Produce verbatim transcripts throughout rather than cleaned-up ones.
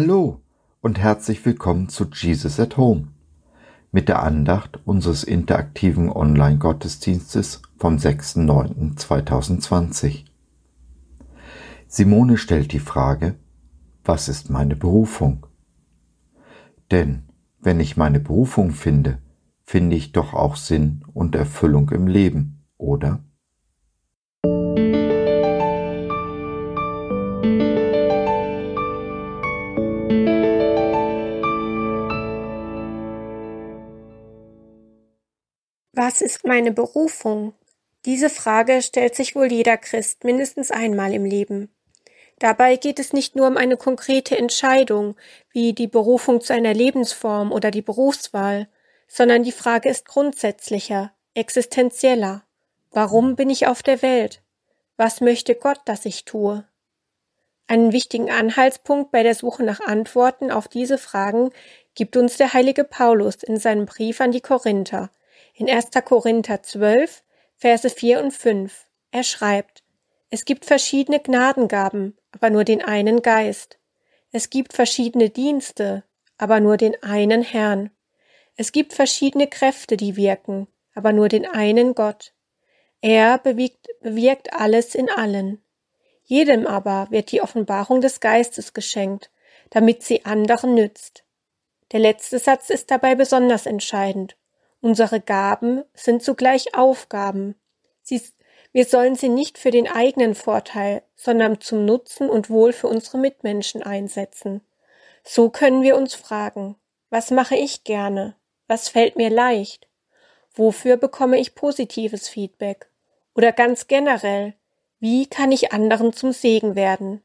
Hallo und herzlich willkommen zu Jesus at Home mit der Andacht unseres interaktiven Online-Gottesdienstes vom sechster neunter zweitausendzwanzig. Simone stellt die Frage: Was ist meine Berufung? Denn wenn ich meine Berufung finde, finde ich doch auch Sinn und Erfüllung im Leben, oder? Was ist meine Berufung? Diese Frage stellt sich wohl jeder Christ mindestens einmal im Leben. Dabei geht es nicht nur um eine konkrete Entscheidung, wie die Berufung zu einer Lebensform oder die Berufswahl, sondern die Frage ist grundsätzlicher, existenzieller. Warum bin ich auf der Welt? Was möchte Gott, dass ich tue? Einen wichtigen Anhaltspunkt bei der Suche nach Antworten auf diese Fragen gibt uns der heilige Paulus in seinem Brief an die Korinther. In erster Korinther zwölf, Verse vier und fünf. Er schreibt: Es gibt verschiedene Gnadengaben, aber nur den einen Geist. Es gibt verschiedene Dienste, aber nur den einen Herrn. Es gibt verschiedene Kräfte, die wirken, aber nur den einen Gott. Er bewirkt, bewirkt alles in allen. Jedem aber wird die Offenbarung des Geistes geschenkt, damit sie anderen nützt. Der letzte Satz ist dabei besonders entscheidend. Unsere Gaben sind zugleich Aufgaben. Sie, wir sollen sie nicht für den eigenen Vorteil, sondern zum Nutzen und Wohl für unsere Mitmenschen einsetzen. So können wir uns fragen: Was mache ich gerne? Was fällt mir leicht? Wofür bekomme ich positives Feedback? Oder ganz generell: Wie kann ich anderen zum Segen werden?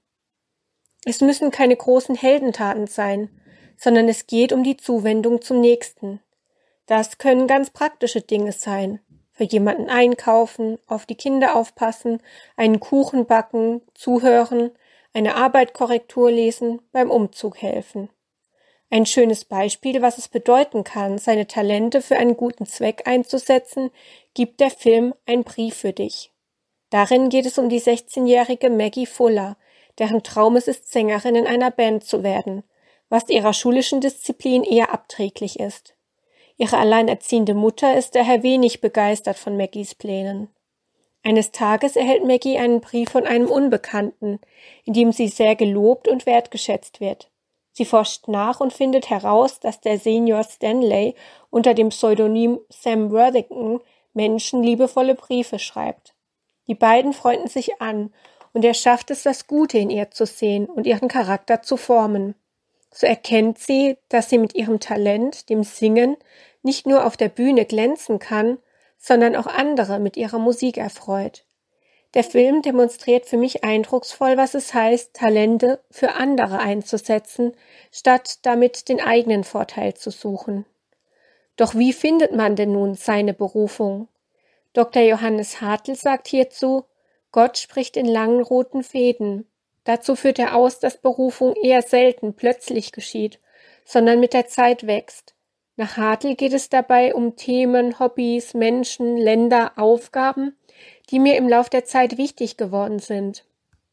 Es müssen keine großen Heldentaten sein, sondern es geht um die Zuwendung zum Nächsten. Das können ganz praktische Dinge sein: Für jemanden einkaufen, auf die Kinder aufpassen, einen Kuchen backen, zuhören, eine Arbeitskorrektur lesen, beim Umzug helfen. Ein schönes Beispiel, was es bedeuten kann, seine Talente für einen guten Zweck einzusetzen, gibt der Film Ein Brief für dich. Darin geht es um die sechzehnjährige Maggie Fuller, deren Traum es ist, Sängerin in einer Band zu werden, was ihrer schulischen Disziplin eher abträglich ist. Ihre alleinerziehende Mutter ist daher wenig begeistert von Maggies Plänen. Eines Tages erhält Maggie einen Brief von einem Unbekannten, in dem sie sehr gelobt und wertgeschätzt wird. Sie forscht nach und findet heraus, dass der Senior Stanley unter dem Pseudonym Sam Worthington Menschen liebevolle Briefe schreibt. Die beiden freunden sich an und er schafft es, das Gute in ihr zu sehen und ihren Charakter zu formen. So erkennt sie, dass sie mit ihrem Talent, dem Singen, nicht nur auf der Bühne glänzen kann, sondern auch andere mit ihrer Musik erfreut. Der Film demonstriert für mich eindrucksvoll, was es heißt, Talente für andere einzusetzen, statt damit den eigenen Vorteil zu suchen. Doch wie findet man denn nun seine Berufung? Doktor Johannes Hartl sagt hierzu: Gott spricht in langen roten Fäden. Dazu führt er aus, dass Berufung eher selten plötzlich geschieht, sondern mit der Zeit wächst. Nach Hartl geht es dabei um Themen, Hobbys, Menschen, Länder, Aufgaben, die mir im Lauf der Zeit wichtig geworden sind,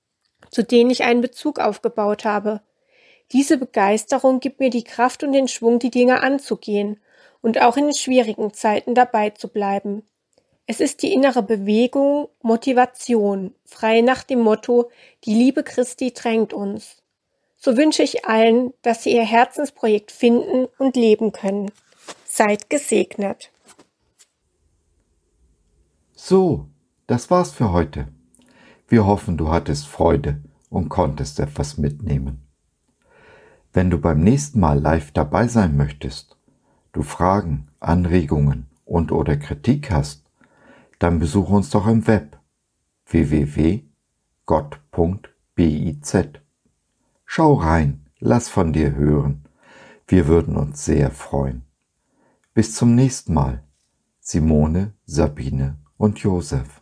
zu denen ich einen Bezug aufgebaut habe. Diese Begeisterung gibt mir die Kraft und den Schwung, die Dinge anzugehen und auch in den schwierigen Zeiten dabei zu bleiben. Es ist die innere Bewegung, Motivation, frei nach dem Motto: Die Liebe Christi drängt uns. So wünsche ich allen, dass sie ihr Herzensprojekt finden und leben können. Seid gesegnet. So, das war's für heute. Wir hoffen, du hattest Freude und konntest etwas mitnehmen. Wenn du beim nächsten Mal live dabei sein möchtest, du Fragen, Anregungen und oder Kritik hast, dann besuche uns doch im Web w w w punkt gott punkt biz. Schau rein, lass von dir hören. Wir würden uns sehr freuen. Bis zum nächsten Mal. Simone, Sabine und Josef.